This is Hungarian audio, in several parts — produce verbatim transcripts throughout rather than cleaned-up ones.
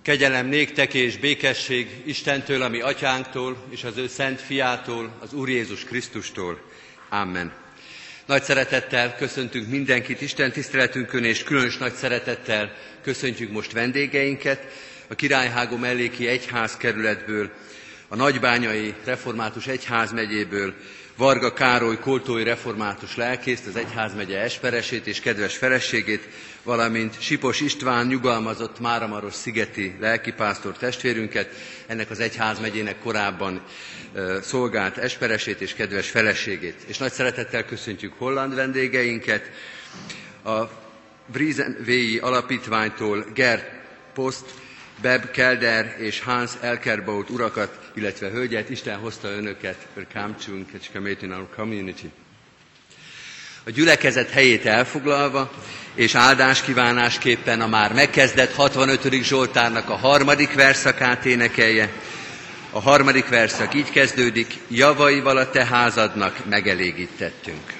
Kegyelem néktek és békesség Istentől, a mi atyánktól, és az ő szent fiától, az Úr Jézus Krisztustól. Amen. Nagy szeretettel köszöntünk mindenkit Isten tiszteletünkön, és különös nagy szeretettel köszöntjük most vendégeinket a Királyhágó melléki egyházkerületből, a Nagybányai Református Egyházmegyéből, Varga Károly koltói református lelkészt, az egyházmegye esperesét és kedves feleségét, valamint Sipos István nyugalmazott Máramaros szigeti lelkipásztor testvérünket, ennek az egyházmegyének korábban uh, szolgált esperesét és kedves feleségét. És nagy szeretettel köszöntjük holland vendégeinket, a Briesenvéi Alapítványtól Gert Post, Beb Kelder és Hans Elkerbaut urakat, illetve hölgyet. Isten hozta önöket. Welcome to Ketchikamate in our community. A gyülekezet helyét elfoglalva, és áldáskívánásképpen a már megkezdett hatvanötödik Zsoltárnak a harmadik verszakát énekelje. A harmadik verszak így kezdődik: javaival a te házadnak megelégítettünk.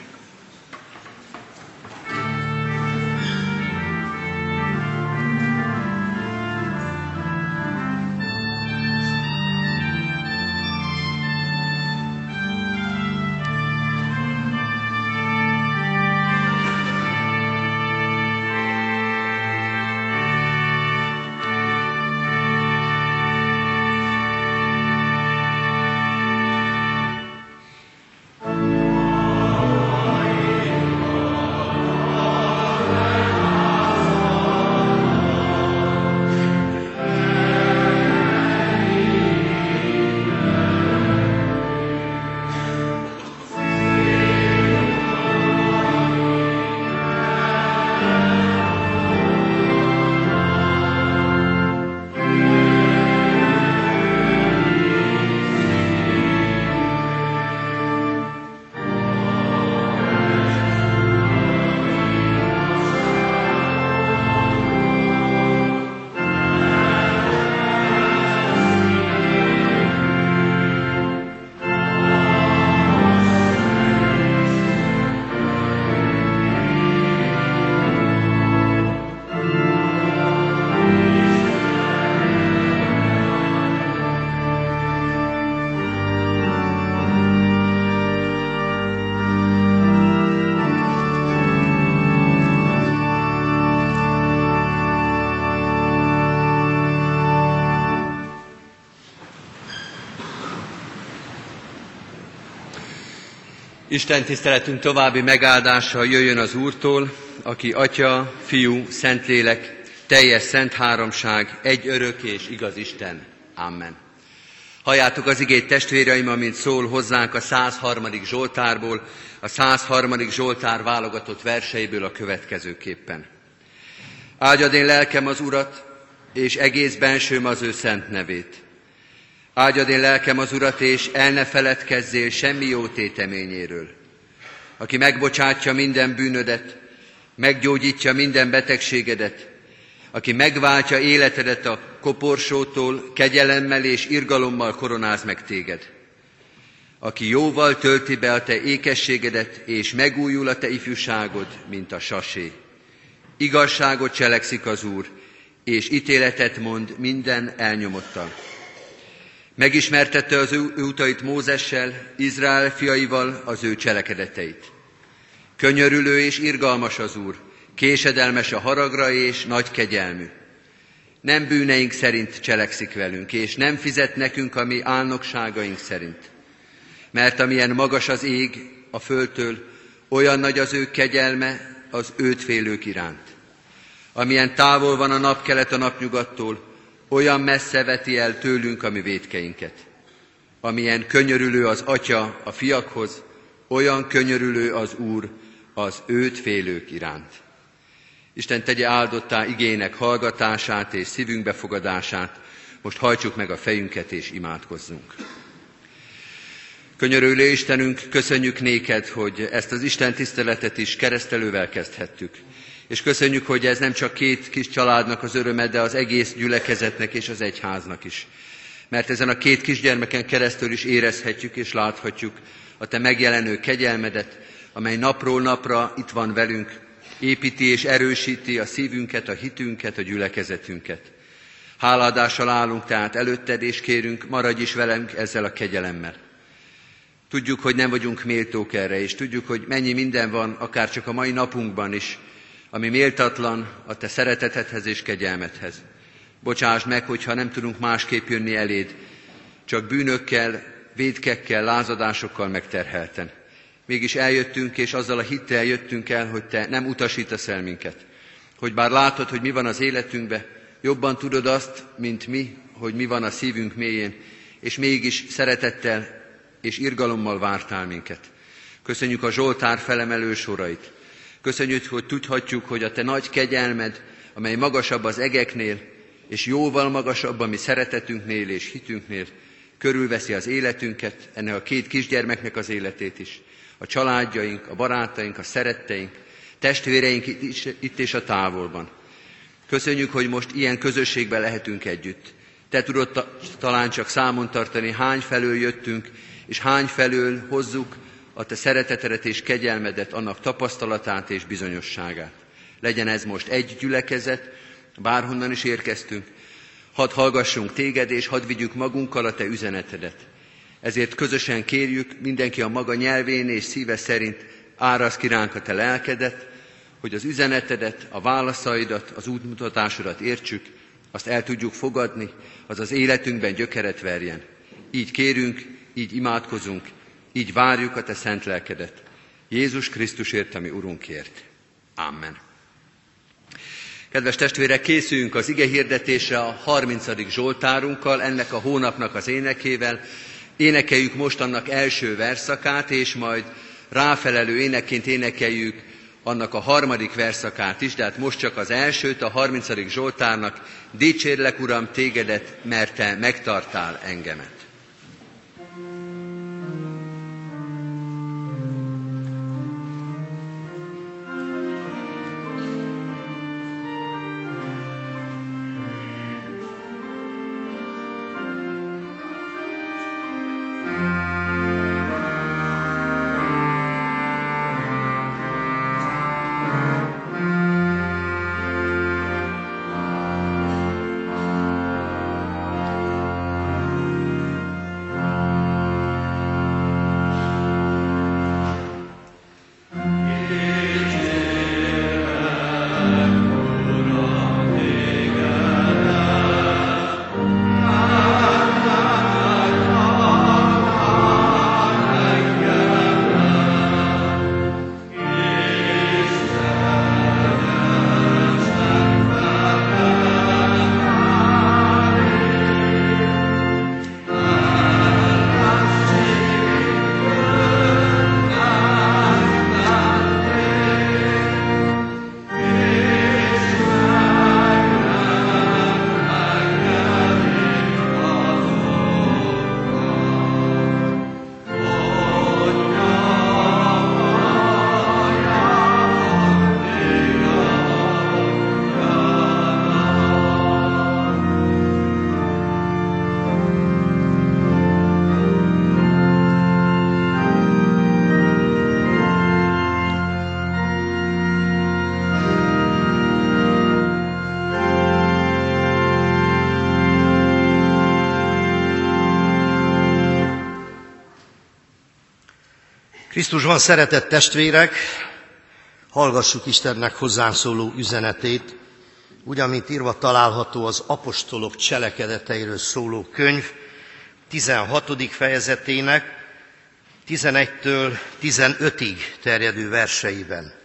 Isten tiszteletünk további megáldása jöjjön az Úrtól, aki Atya, Fiú, Szentlélek, teljes szent háromság, egy örök és igaz Isten. Amen. Halljátok az igét, testvéreim, amint szól hozzánk a százharmadik Zsoltárból, a százharmadik Zsoltár válogatott verseiből a következőképpen. Áldjad én lelkem az Urat, és egész bensőm az ő szent nevét. Áldjad én lelkem az Urat, és el ne feledkezzél semmi jó téteményéről. Aki megbocsátja minden bűnödet, meggyógyítja minden betegségedet, aki megváltja életedet a koporsótól, kegyelemmel és irgalommal koronáz meg téged. Aki jóval tölti be a te ékességedet, és megújul a te ifjúságod, mint a sasé. Igazságot cselekszik az Úr, és ítéletet mond minden elnyomottal. Megismertette az ő utait Mózessel, Izrael fiaival az ő cselekedeteit. Könyörülő és irgalmas az Úr, késedelmes a haragra és nagy kegyelmű. Nem bűneink szerint cselekszik velünk, és nem fizet nekünk a mi álnokságaink szerint. Mert amilyen magas az ég a földtől, olyan nagy az ő kegyelme az őt félők iránt. Amilyen távol van a napkelet a napnyugattól, olyan messze veti el tőlünk a mi vétkeinket. Amilyen könyörülő az Atya a fiakhoz, olyan könyörülő az Úr az őt félők iránt. Isten tegye áldottá igének hallgatását és szívünk befogadását. Most hajtsuk meg a fejünket és imádkozzunk. Könyörülő Istenünk, köszönjük néked, hogy ezt az Isten tiszteletet is keresztelővel kezdhettük. És köszönjük, hogy ez nem csak két kis családnak az öröme, de az egész gyülekezetnek és az egyháznak is. Mert ezen a két kisgyermeken keresztül is érezhetjük és láthatjuk a te megjelenő kegyelmedet, amely napról napra itt van velünk, építi és erősíti a szívünket, a hitünket, a gyülekezetünket. Hálaadással állunk tehát előtted, és kérünk, maradj is velünk ezzel a kegyelemmel. Tudjuk, hogy nem vagyunk méltók erre, és tudjuk, hogy mennyi minden van, akár csak a mai napunkban is, ami méltatlan a te szeretetedhez és kegyelmedhez. Bocsáss meg, hogyha nem tudunk másképp jönni eléd, csak bűnökkel, vétkekkel, lázadásokkal megterhelten. Mégis eljöttünk, és azzal a hittel jöttünk el, hogy te nem utasítasz el minket. Hogy bár látod, hogy mi van az életünkben, jobban tudod azt, mint mi, hogy mi van a szívünk mélyén, és mégis szeretettel és irgalommal vártál minket. Köszönjük a Zsoltár felemelő sorait. Köszönjük, hogy tudhatjuk, hogy a te nagy kegyelmed, amely magasabb az egeknél, és jóval magasabb a mi szeretetünknél és hitünknél, körülveszi az életünket, ennek a két kisgyermeknek az életét is, a családjaink, a barátaink, a szeretteink, testvéreink itt és a távolban. Köszönjük, hogy most ilyen közösségben lehetünk együtt. Te tudod ta- talán csak számon tartani, hány felől jöttünk, és hány felől hozzuk a te szeretetedet és kegyelmedet, annak tapasztalatát és bizonyosságát. Legyen ez most egy gyülekezet, bárhonnan is érkeztünk, hadd hallgassunk téged, és hadd vigyük magunkkal a te üzenetedet. Ezért közösen kérjük, mindenki a maga nyelvén és szíve szerint árasz ki ránk a te lelkedet, hogy az üzenetedet, a válaszaidat, az útmutatásodat értsük, azt el tudjuk fogadni, az az életünkben gyökeret verjen. Így kérünk, így imádkozunk, így várjuk a te szent lelkedet. Jézus Krisztusért, ami Urunkért. Amen. Kedves testvérek, készüljünk az ige hirdetésre a harmincadik Zsoltárunkkal, ennek a hónapnak az énekével. Énekeljük most annak első verszakát, és majd ráfelelő énekként énekeljük annak a harmadik verszakát is, de hát most csak az elsőt, a harmincadik Zsoltárnak: dicsérlek, Uram, tégedet, mert te megtartál engemet. Krisztusban szeretett testvérek, hallgassuk Istennek hozzánk szóló üzenetét, úgy, amint írva található az apostolok cselekedeteiről szóló könyv tizenhatodik fejezetének tizenegytől tizenötig terjedő verseiben.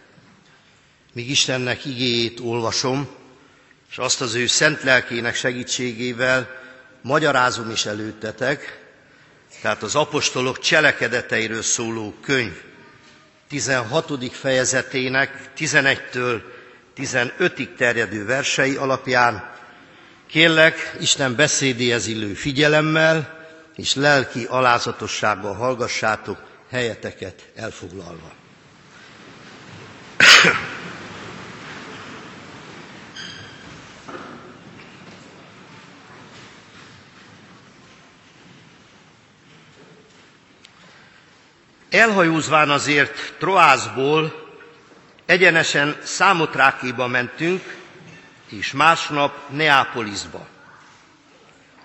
Míg Istennek igéjét olvasom, és azt az ő szent lelkének segítségével magyarázom is előttetek, tehát az apostolok cselekedeteiről szóló könyv tizenhatodik fejezetének tizenegytől tizenötig terjedő versei alapján kérlek, Isten beszédéhez illő figyelemmel és lelki alázatossággal hallgassátok, helyeteket elfoglalva. Elhajózván azért Troászból egyenesen Számotrákéba mentünk, és másnap Neápoliszba.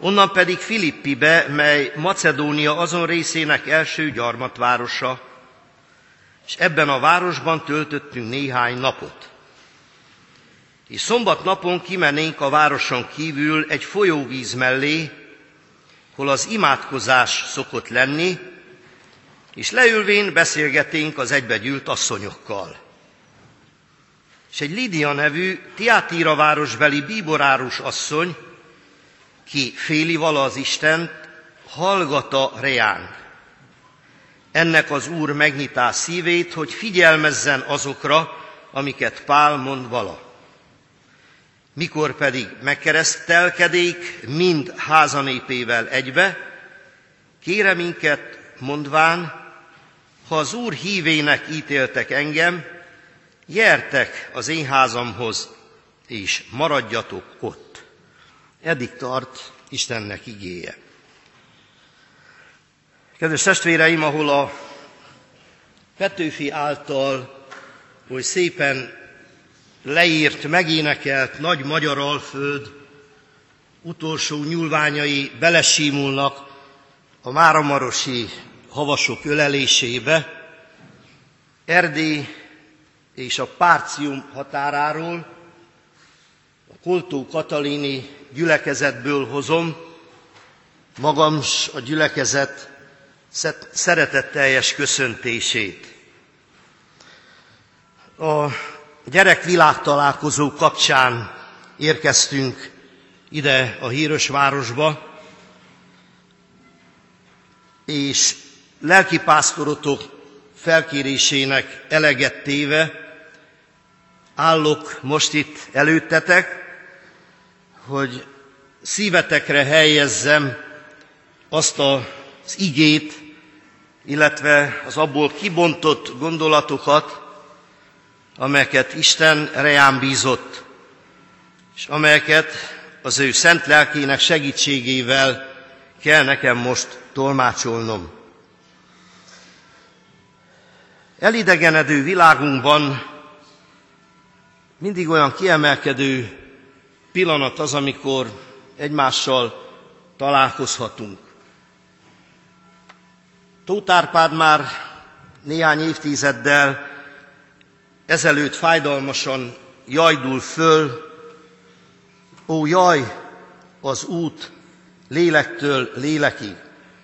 onnan pedig Filippibe, mely Macedónia azon részének első gyarmatvárosa, és ebben a városban töltöttünk néhány napot. És szombat napon kimennénk a városon kívül egy folyóvíz mellé, hol az imádkozás szokott lenni, és leülvén beszélgeténk az egybegyűlt asszonyokkal. És egy Lídia nevű Tiatira városbeli bíborárus asszony, ki féli vala az Istent, hallgata reánk. Ennek az Úr megnyitá szívét, hogy figyelmezzen azokra, amiket Pál mond vala. Mikor pedig megkeresztelkedék mind házanépével egybe, kére minket mondván, ha az Úr hívének ítéltek engem, gyertek az én házamhoz, és maradjatok ott. Eddig tart Istennek igéje. Kedves testvéreim, ahol a Petőfi által oly szépen leírt, megénekelt nagy magyar Alföld utolsó nyúlványai belesímulnak a máramarosi havasok ölelésébe, Erdély és a Párcium határáról, a Koltó Katalini gyülekezetből hozom magam s a gyülekezet szeretetteljes köszöntését. A gyerekvilágtalálkozó kapcsán érkeztünk ide a híres városba, és lelkipásztorotok felkérésének eleget téve állok most itt előttetek, hogy szívetekre helyezzem azt az igét, illetve az abból kibontott gondolatokat, amelyeket Isten reám bízott, és amelyeket az ő szent lelkének segítségével kell nekem most tolmácsolnom. Elidegenedő világunkban mindig olyan kiemelkedő pillanat az, amikor egymással találkozhatunk. Tóth Árpád már néhány évtizeddel ezelőtt fájdalmasan jajdul föl, ó jaj, az út lélektől lélekig.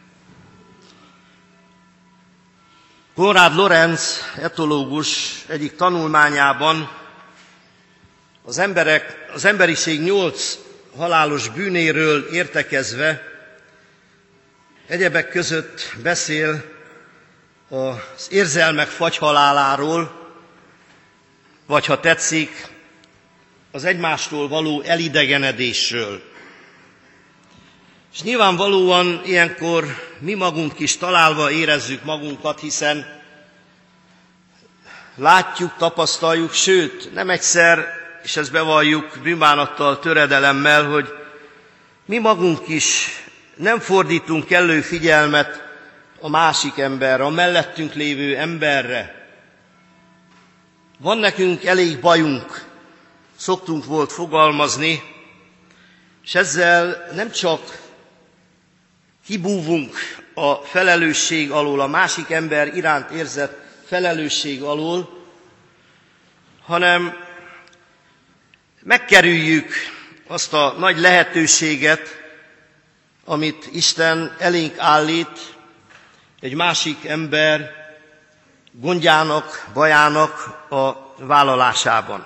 Konrád Lorenz etológus egyik tanulmányában az, emberek, az emberiség nyolc halálos bűnéről értekezve egyebek között beszél az érzelmek fagyhaláláról, vagy ha tetszik, az egymástól való elidegenedésről. És nyilvánvalóan ilyenkor mi magunk is találva érezzük magunkat, hiszen látjuk, tapasztaljuk, sőt, nem egyszer, és ezt bevalljuk bűnbánattal, töredelemmel, hogy mi magunk is nem fordítunk kellő figyelmet a másik emberre, a mellettünk lévő emberre. Van nekünk elég bajunk, szoktunk volt fogalmazni, és ezzel nem csak kibúvunk a felelősség alól, a másik ember iránt érzett felelősség alól, hanem megkerüljük azt a nagy lehetőséget, amit Isten elénk állít egy másik ember gondjának, bajának a vállalásában.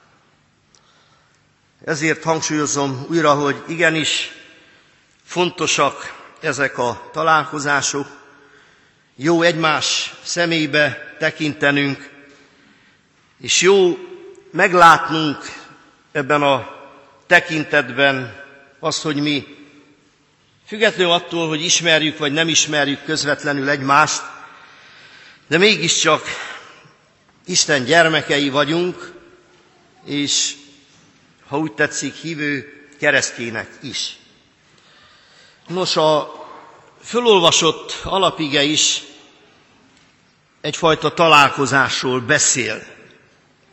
Ezért hangsúlyozom újra, hogy igenis fontosak ezek a találkozások, jó egymás szemébe tekintenünk, és jó meglátnunk ebben a tekintetben azt, hogy mi függetlenül attól, hogy ismerjük vagy nem ismerjük közvetlenül egymást, de mégiscsak Isten gyermekei vagyunk, és ha úgy tetszik, hívő keresztjének is. Nos, a fölolvasott alapige is egyfajta találkozásról beszél.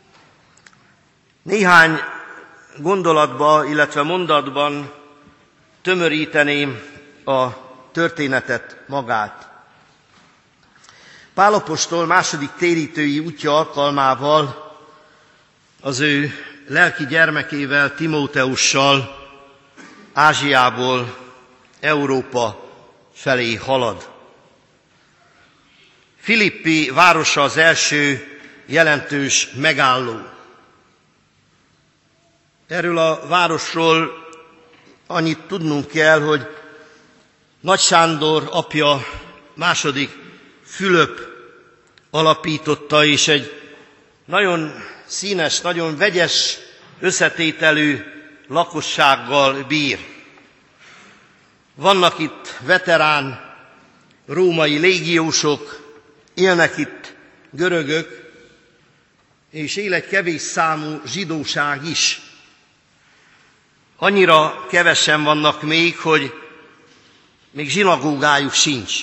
Néhány gondolatba, illetve mondatban tömöríteném a történetet magát. Pál apostol második térítői útja alkalmával az ő lelki gyermekével, Timóteussal Ázsiából Európa felé halad. Filippi városa az első jelentős megálló. Erről a városról annyit tudnunk kell, hogy Nagy Sándor apja második Fülöp alapította, és egy nagyon színes, nagyon vegyes összetételű lakossággal bír. Vannak itt veterán római légiósok, élnek itt görögök, és él egy kevés számú zsidóság is. Annyira kevesen vannak még, hogy még zsinagógájuk sincs.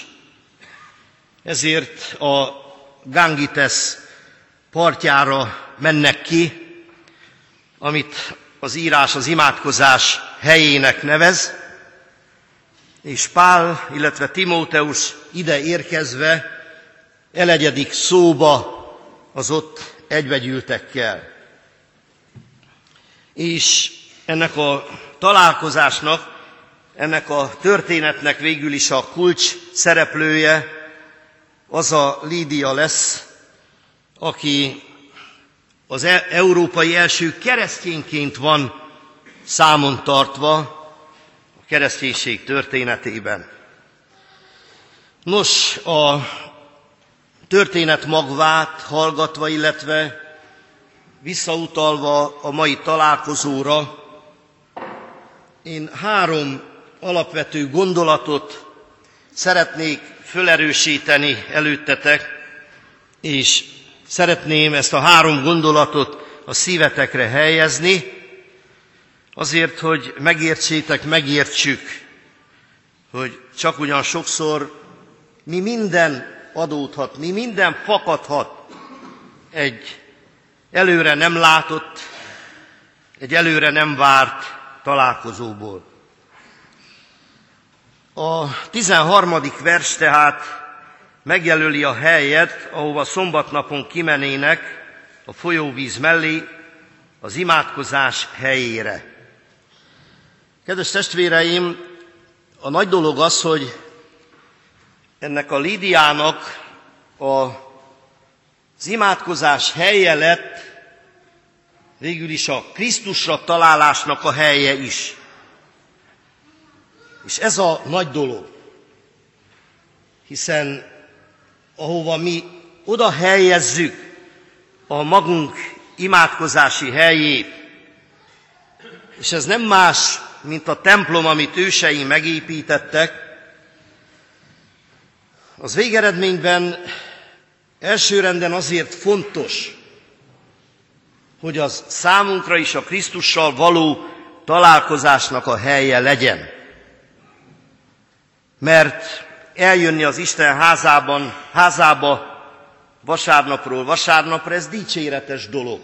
Ezért a Gangites partjára mennek ki, amit az írás az imádkozás helyének nevez, és Pál, illetve Timóteus ide érkezve elegyedik szóba az ott egybegyűltekkel. És ennek a találkozásnak, ennek a történetnek végül is a kulcs szereplője az a Lídia lesz, aki az európai első keresztényként van számon tartva a kereszténység történetében. Nos, a történet magvát hallgatva, illetve visszautalva a mai találkozóra, én három alapvető gondolatot szeretnék fölerősíteni előttetek, és szeretném ezt a három gondolatot a szívetekre helyezni, azért, hogy megértsétek, megértsük, hogy csak ugyan sokszor mi minden adódhat, mi minden fakadhat egy előre nem látott, egy előre nem várt találkozóból. A tizenharmadik vers tehát megjelöli a helyet, ahova szombatnapon kimennének a folyóvíz mellé, az imádkozás helyére. Kedves testvéreim, a nagy dolog az, hogy ennek a Lídiának az imádkozás helye lett végül is a Krisztusra találásnak a helye is. És ez a nagy dolog, hiszen ahova mi oda helyezzük a magunk imádkozási helyét, és ez nem más, mint a templom, amit őseink megépítettek, az végeredményben elsőrenden azért fontos, hogy az számunkra is a Krisztussal való találkozásnak a helye legyen. Mert eljönni az Isten házában, házába vasárnapról vasárnapra, ez dicséretes dolog.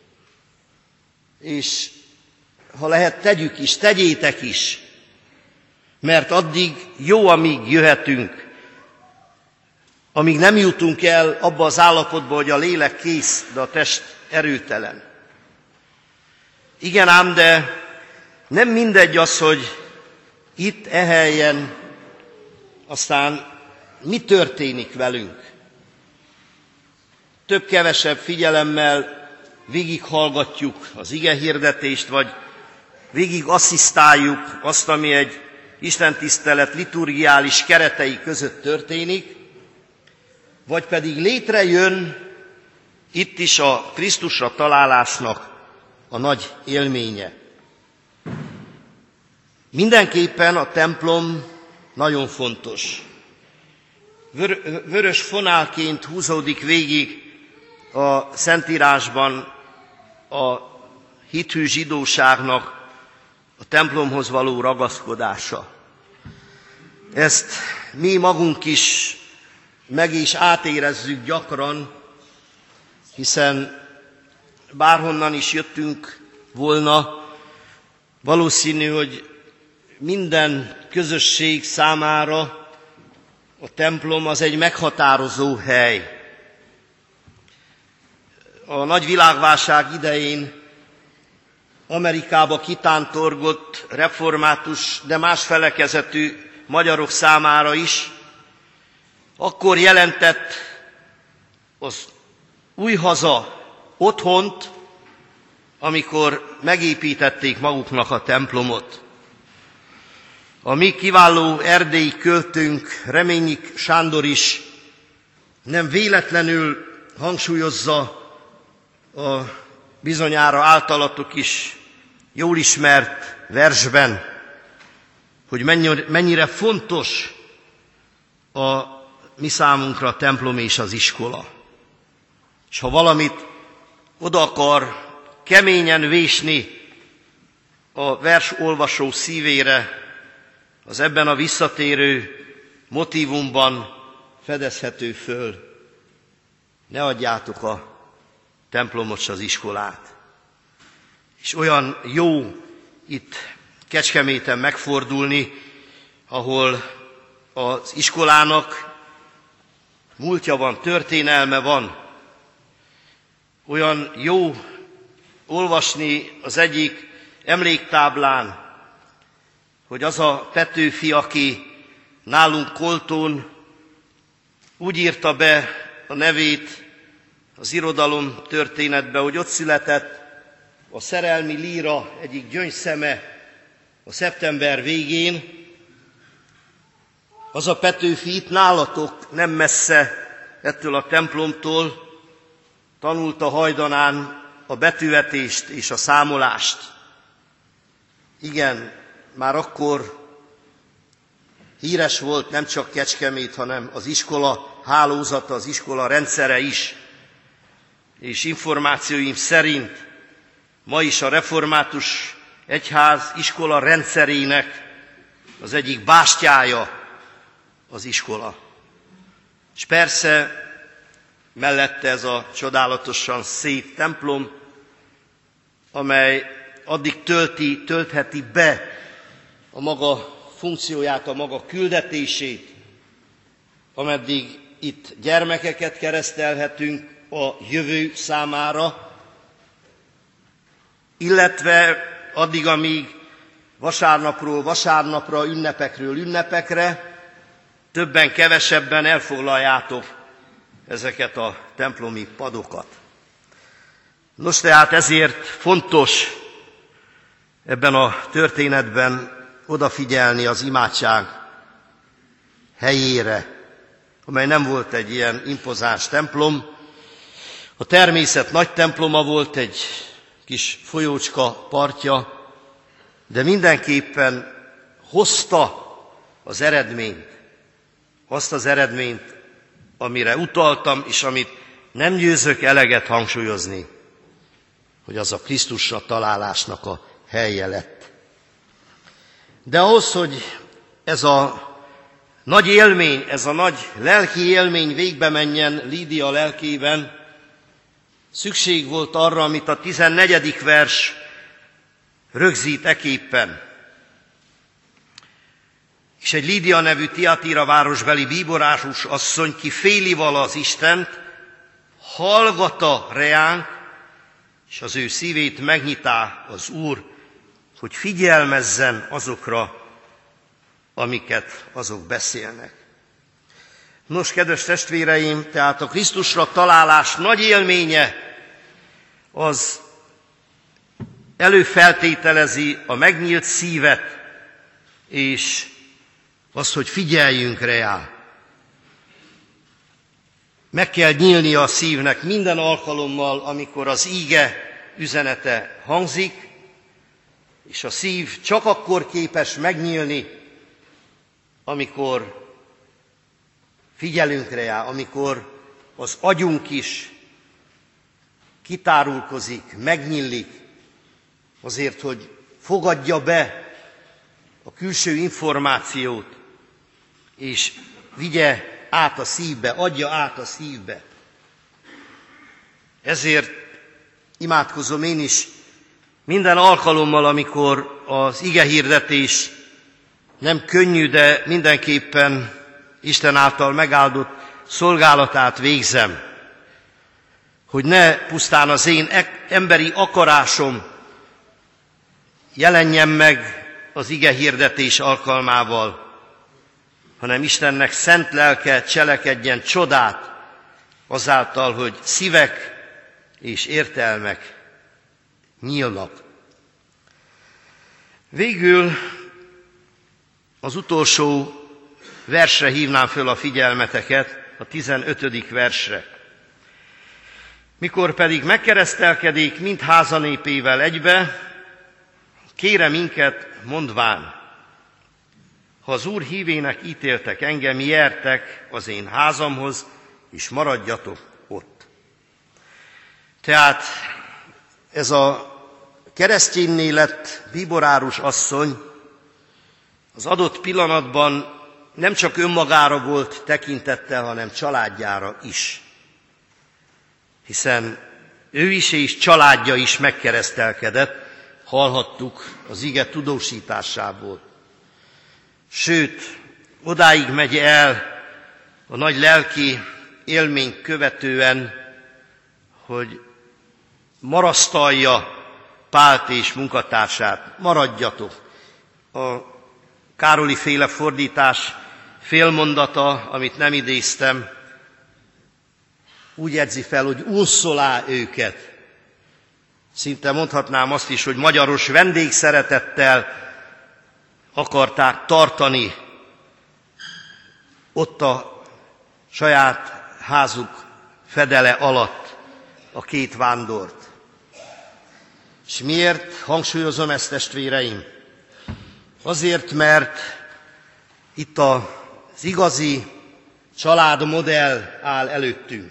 És ha lehet, tegyük is, tegyétek is, mert addig jó, amíg jöhetünk, amíg nem jutunk el abba az állapotba, hogy a lélek kész, de a test erőtelen. Igen ám, de nem mindegy az, hogy itt e helyen aztán mi történik velünk. Több-kevesebb figyelemmel végighallgatjuk az igehirdetést, vagy végig asszisztáljuk azt, ami egy istentisztelet liturgiális keretei között történik, vagy pedig létrejön itt is a Krisztusra találásnak a nagy élménye. Mindenképpen a templom nagyon fontos. Vör, vörös fonálként húzódik végig a Szentírásban a hithű zsidóságnak a templomhoz való ragaszkodása. Ezt mi magunk is meg is átérezzük gyakran, hiszen bárhonnan is jöttünk volna, valószínű, hogy minden közösség számára a templom az egy meghatározó hely. A nagy világválság idején Amerikába kitántorgott református, de más felekezetű magyarok számára is akkor jelentett az új haza otthont, amikor megépítették maguknak a templomot. A mi kiváló erdélyi költőnk, Reményik Sándor is nem véletlenül hangsúlyozza a bizonyára általatok is jól ismert versben, hogy mennyire fontos a mi számunkra a templom és az iskola. És ha valamit oda akar keményen vésni a versolvasó szívére, az ebben a visszatérő motívumban fedezhető föl. Ne adjátok a templomot s az iskolát. És olyan jó itt Kecskeméten megfordulni, ahol az iskolának múltja van, történelme van. Olyan jó olvasni az egyik emléktáblán, hogy az a Petőfi, aki nálunk Koltón úgy írta be a nevét az irodalom történetbe, hogy ott született a szerelmi líra egyik gyöngyszeme a szeptember végén. Az a Petőfi itt nálatok, nem messze ettől a templomtól tanulta hajdanán a betűvetést és a számolást. Igen, már akkor híres volt nem csak Kecskemét, hanem az iskola hálózata, az iskola rendszere is. És információim szerint ma is a református egyház iskola rendszerének az egyik bástyája az iskola. És persze mellette ez a csodálatosan szép templom, amely addig tölti, töltheti be a maga funkcióját, a maga küldetését, ameddig itt gyermekeket keresztelhetünk a jövő számára, illetve addig, amíg vasárnapról vasárnapra, ünnepekről ünnepekre, többen, kevesebben elfoglaljátok ezeket a templomi padokat. Nos, tehát ezért fontos ebben a történetben odafigyelni az imádság helyére, amely nem volt egy ilyen impozáns templom. A természet nagy temploma volt, egy kis folyócska partja, de mindenképpen hozta az eredményt, azt az eredményt, amire utaltam, és amit nem győzök eleget hangsúlyozni, hogy az a Krisztusra találásnak a helye lett. De ahhoz, hogy ez a nagy élmény, ez a nagy lelki élmény végbe menjen Lídia lelkében, szükség volt arra, amit a tizennegyedik vers rögzít eképpen. És egy Lídia nevű Tiatira városbeli bíborázus asszony, ki féli vala az Istent, hallgata reánk, és az ő szívét megnyitá az Úr, hogy figyelmezzen azokra, amiket azok beszélnek. Nos, kedves testvéreim, tehát a Krisztusra találás nagy élménye az előfeltételezi a megnyílt szívet, és az, hogy figyeljünk rá. Meg kell nyílnia a szívnek minden alkalommal, amikor az íge üzenete hangzik, és a szív csak akkor képes megnyílni, amikor figyelünk rá, amikor az agyunk is kitárulkozik, megnyílik, azért, hogy fogadja be a külső információt, és vigye át a szívbe, adja át a szívbe. Ezért imádkozom én is minden alkalommal, amikor az igehirdetés nem könnyű, de mindenképpen Isten által megáldott szolgálatát végzem, hogy ne pusztán az én emberi akarásom jelenjen meg az ige hirdetés alkalmával, hanem Istennek szent lelke cselekedjen csodát azáltal, hogy szívek és értelmek nyílnak. Végül az utolsó versre hívnám föl a figyelmeteket, a tizenötödik versre. Mikor pedig megkeresztelkedik mind házanépével egybe, kére minket mondván, ha az Úr hívének ítéltek engem, jertek az én házamhoz, és maradjatok ott. Tehát ez a keresztényné lett bíborárus asszony az adott pillanatban nem csak önmagára volt tekintettel, hanem családjára is. Hiszen ő is és családja is megkeresztelkedett, hallhattuk az ige tudósításából. Sőt, odáig megy el a nagy lelki élményt követően, hogy marasztalja Pált és munkatársát. Maradjatok. A Károli féle fordítás félmondata, amit nem idéztem, úgy jegyzi fel, hogy úszolá őket. Szinte mondhatnám azt is, hogy magyaros vendégszeretettel akarták tartani ott a saját házuk fedele alatt a két vándort. És miért hangsúlyozom ezt, testvéreim? Azért, mert itt az igazi családmodell áll előttünk,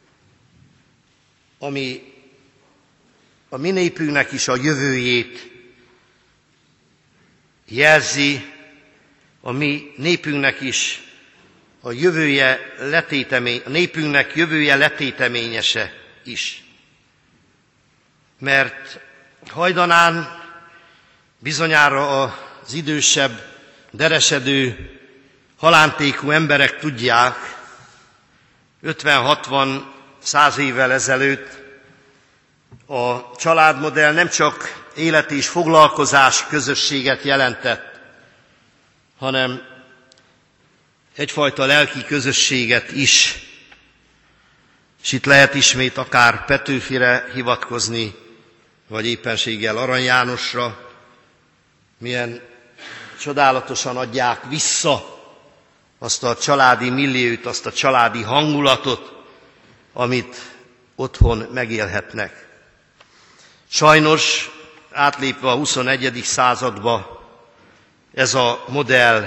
ami a mi népünknek is a jövőjét jelzi, a mi népünknek is a jövője letétemény, a népünknek jövője letéteményese is. Mert hajdanán bizonyára az idősebb, deresedő, halántékú emberek tudják, ötven-hatvan száz évvel ezelőtt a családmodell nem csak élet és foglalkozás közösséget jelentett, hanem egyfajta lelki közösséget is. És itt lehet ismét akár Petőfire hivatkozni, vagy éppenséggel Arany Jánosra, milyen csodálatosan adják vissza azt a családi milliót, azt a családi hangulatot, amit otthon megélhetnek. Sajnos átlépve a huszonegyedik századba ez a modell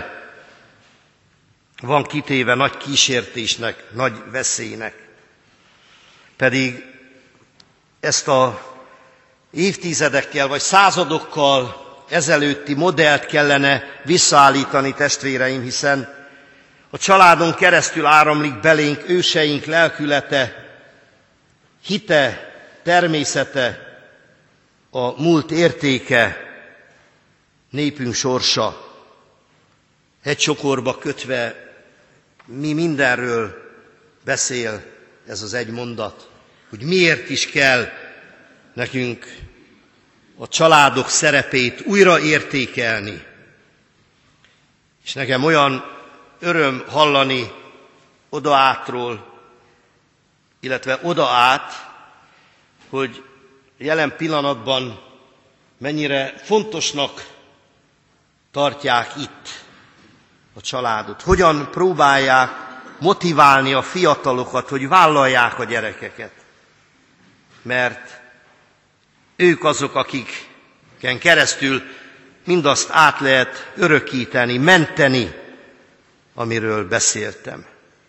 van kitéve nagy kísértésnek, nagy veszélynek. Pedig ezt a évtizedekkel vagy századokkal ezelőtti modellt kellene visszaállítani, testvéreim, hiszen a családon keresztül áramlik belénk őseink lelkülete, hite, természete, a múlt értéke, népünk sorsa. Egy csokorba kötve mi mindenről beszél ez az egy mondat, hogy miért is kell nekünk a családok szerepét újra értékelni. És nekem olyan öröm hallani oda átról, illetve oda át, hogy jelen pillanatban mennyire fontosnak tartják itt a családot. Hogyan próbálják motiválni a fiatalokat, hogy vállalják a gyerekeket. Mert ők azok, akiken keresztül mindazt át lehet örökíteni, menteni, amiről beszéltem.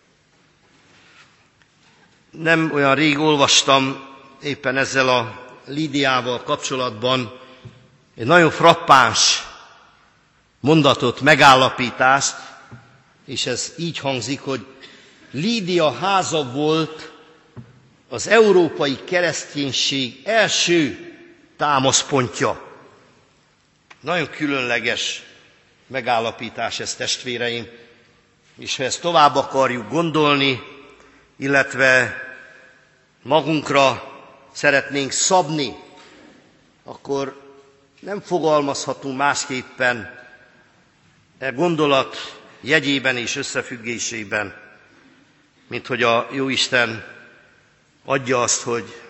Nem olyan rég olvastam éppen ezzel a Lídiával kapcsolatban egy nagyon frappáns mondatot, megállapítást, és ez így hangzik, hogy Lídia háza volt az európai kereszténység első támaszpontja. Nagyon különleges megállapítás ez, testvéreim, és ha ezt tovább akarjuk gondolni, illetve magunkra szeretnénk szabni, akkor nem fogalmazhatunk másképpen e gondolat jegyében és összefüggésében, mint hogy a Jóisten adja azt, hogy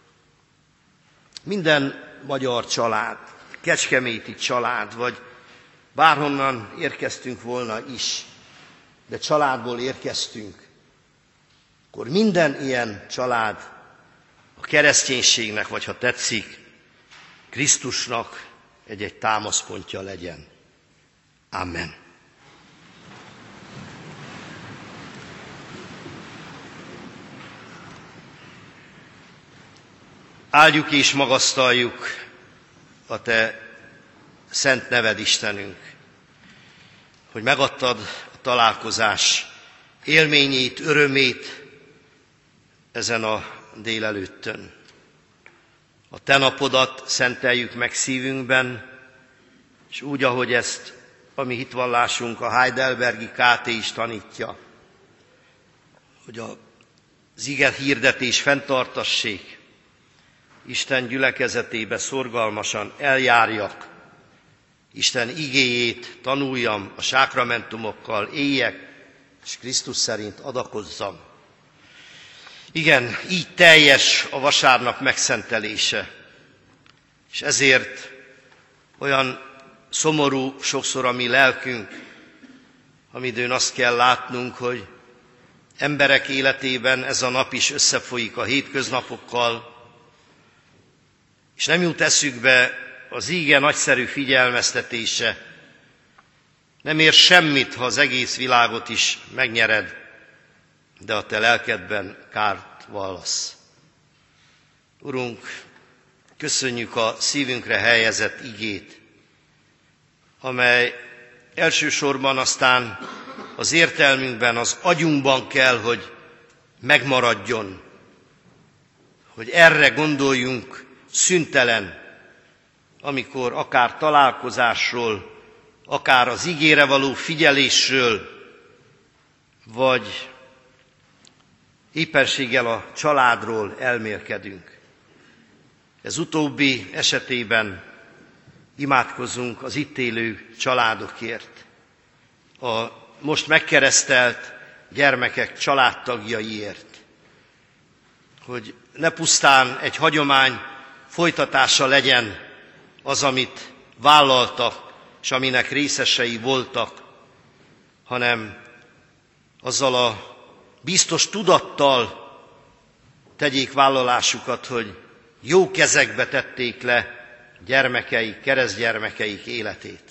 minden magyar család, kecskeméti család, vagy bárhonnan érkeztünk volna is, de családból érkeztünk, akkor minden ilyen család a kereszténységnek, vagy ha tetszik, Krisztusnak egy-egy támaszpontja legyen. Amen. Áldjuk és magasztaljuk a Te szent neved, Istenünk, hogy megadtad a találkozás élményét, örömét ezen a délelőttön. A Te napodat szenteljük meg szívünkben, és úgy, ahogy ezt a mi hitvallásunk, a Heidelbergi ká té is tanítja, hogy az ige hirdetés fenntartassék, Isten gyülekezetébe szorgalmasan eljárjak, Isten igéjét tanuljam, a sákramentumokkal éljek, és Krisztus szerint adakozzam. Igen, így teljes a vasárnap megszentelése, és ezért olyan szomorú sokszor a mi lelkünk, amidőn azt kell látnunk, hogy emberek életében ez a nap is összefolyik a hétköznapokkal, és nem jut eszükbe az íge nagyszerű figyelmeztetése. Nem ér semmit, ha az egész világot is megnyered, de a te lelkedben kárt vallasz. Urunk, köszönjük a szívünkre helyezett igét, amely elsősorban aztán az értelmünkben, az agyunkban kell, hogy megmaradjon, hogy erre gondoljunk szüntelen, amikor akár találkozásról, akár az igére való figyelésről, vagy éppenséggel a családról elmélkedünk. Ez utóbbi esetében imádkozzunk az itt élő családokért, a most megkeresztelt gyermekek családtagjaiért, hogy ne pusztán egy hagyomány folytatása legyen az, amit vállaltak, és aminek részesei voltak, hanem azzal a biztos tudattal tegyék vállalásukat, hogy jó kezekbe tették le gyermekeik, keresztgyermekeik életét.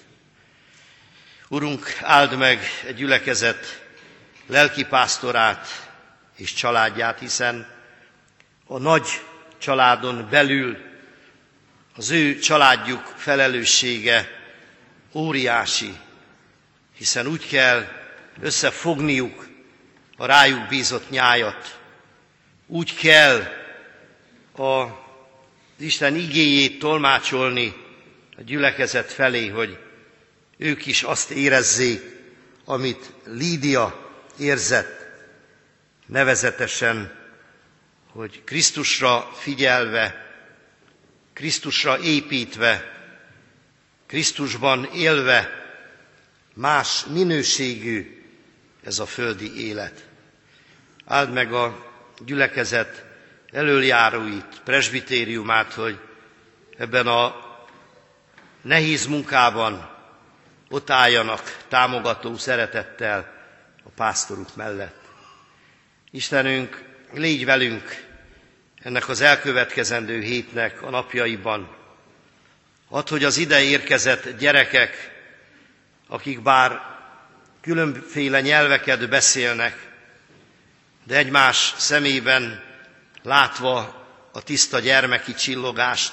Urunk, áld meg egy gyülekezet lelkipásztorát és családját, hiszen a nagy családon belül az ő családjuk felelőssége óriási, hiszen úgy kell összefogniuk a rájuk bízott nyájat, úgy kell az Isten igéjét tolmácsolni a gyülekezet felé, hogy ők is azt érezzék, amit Lídia érzett, nevezetesen, hogy Krisztusra figyelve, Krisztusra építve, Krisztusban élve más minőségű ez a földi élet. Áld meg a gyülekezet elöljáróit, presbitériumát, hogy ebben a nehéz munkában ott álljanak támogató szeretettel a pásztoruk mellett. Istenünk, légy velünk ennek az elkövetkezendő hétnek a napjaiban. Add, hogy az ide érkezett gyerekek, akik bár különféle nyelveket beszélnek, de egymás szemében látva a tiszta gyermeki csillogást,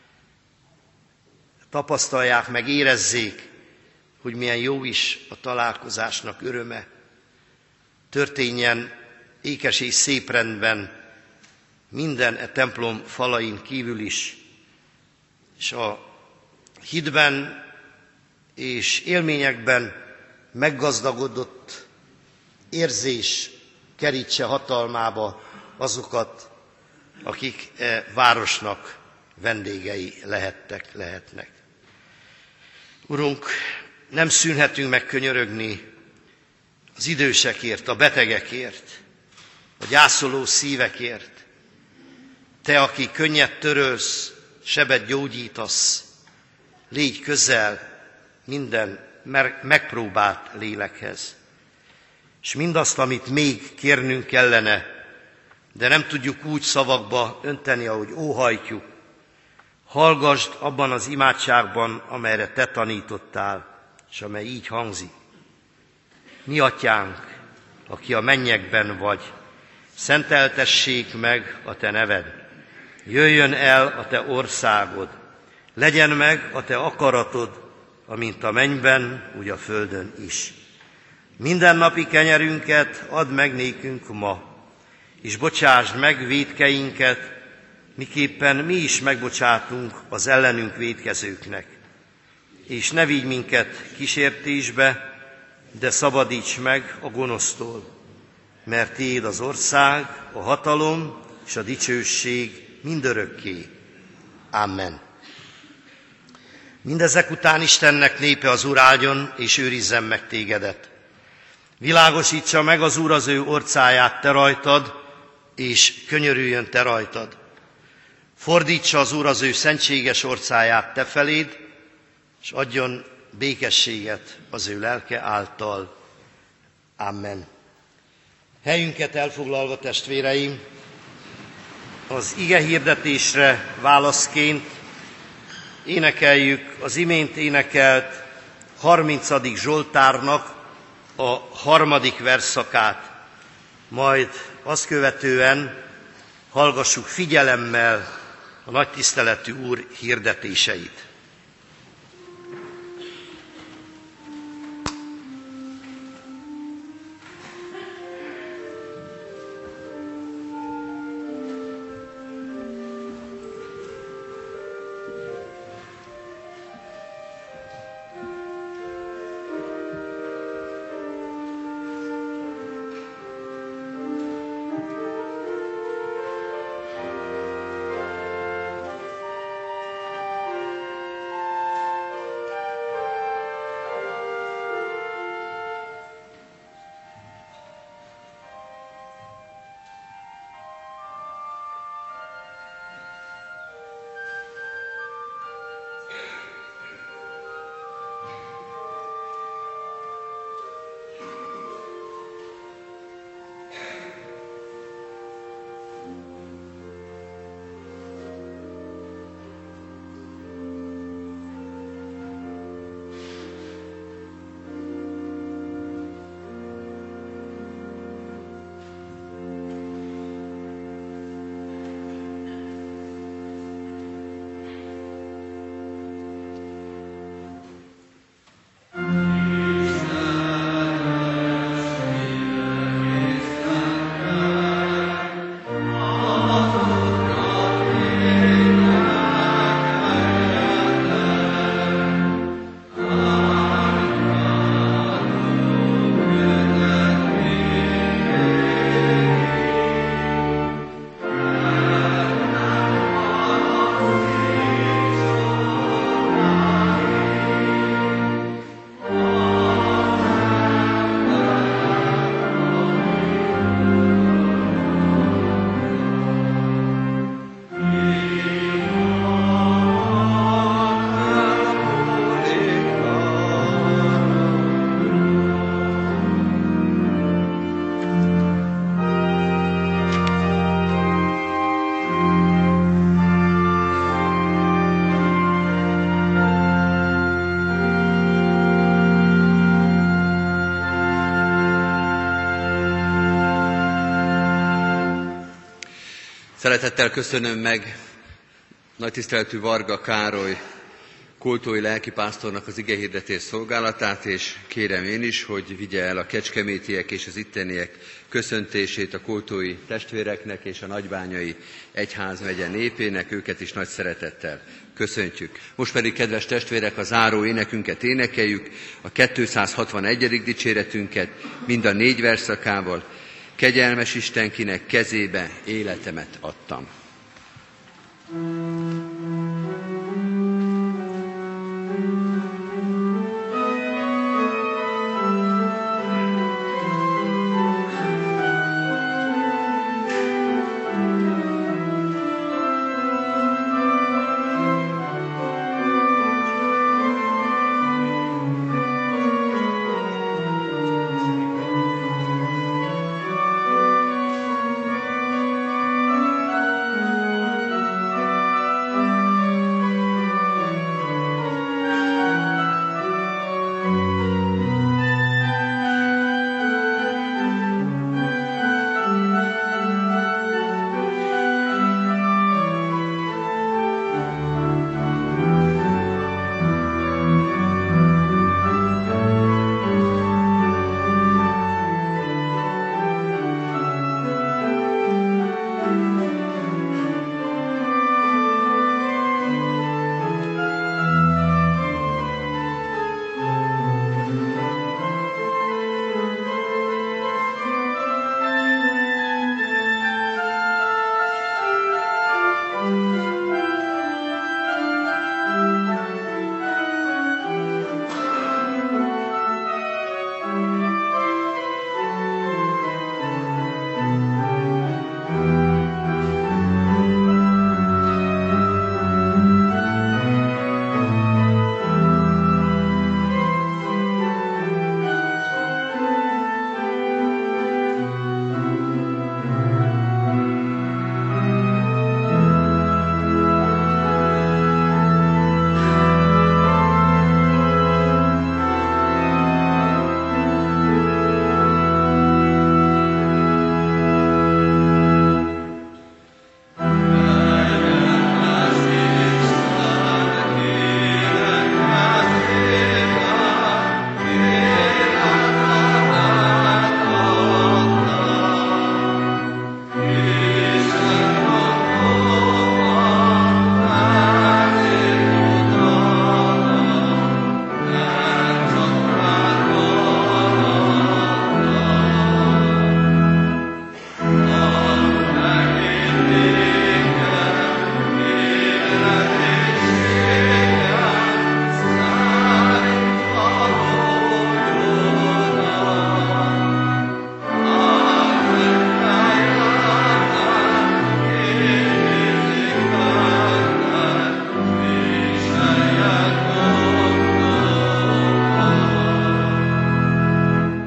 tapasztalják meg, érezzék, hogy milyen jó is a találkozásnak öröme. Történjen ékes és szép rendben minden e templom falain kívül is, és a hitben és élményekben meggazdagodott érzés kerítse hatalmába azokat, akik e városnak vendégei lehettek, lehetnek. Urunk, nem szűnhetünk meg könyörögni az idősekért, a betegekért, a gyászoló szívekért. Te, aki könnyet törölsz, sebet gyógyítasz, légy közel minden megpróbált lélekhez. És mindazt, amit még kérnünk kellene, de nem tudjuk úgy szavakba önteni, ahogy óhajtjuk, hallgasd abban az imádságban, amelyre te tanítottál, és amely így hangzik. Mi atyánk, aki a mennyekben vagy, szenteltessék meg a te neved. Jöjjön el a te országod, legyen meg a te akaratod, amint a mennyben, úgy a földön is. Mindennapi kenyerünket add meg nékünk ma, és bocsásd meg vétkeinket, miképpen mi is megbocsátunk az ellenünk vétkezőknek. És ne vigy minket kísértésbe, de szabadíts meg a gonosztól, mert tiéd az ország, a hatalom és a dicsőség mindörökké. Amen. Mindezek után Istennek népe az Úr áldjon, és őrizzen meg tégedet. Világosítsa meg az Úr az ő orcáját te rajtad, és könyörüljön te rajtad. Fordítsa az Úr az ő szentséges orcáját te feléd, és adjon békességet az ő lelke által. Amen. Helyünket elfoglalva, testvéreim, az ige hirdetésre válaszként énekeljük az imént énekelt harmincadik Zsoltárnak a harmadik versszakát, majd azt követően hallgassuk figyelemmel a nagytiszteletű Úr hirdetéseit. Szeretettel köszönöm meg nagy tiszteletű Varga Károly koltói lelkipásztornak az igehirdetés szolgálatát, és kérem én is, hogy vigye el a kecskemétiek és az itteniek köszöntését a koltói testvéreknek és a nagybányai egyházmegye népének, őket is nagy szeretettel köszöntjük. Most pedig, kedves testvérek, a záró énekünket énekeljük, a kétszázhatvanegyedik dicséretünket, mind a négy verszakával. Kegyelmes Istenkinek kezébe életemet adtam.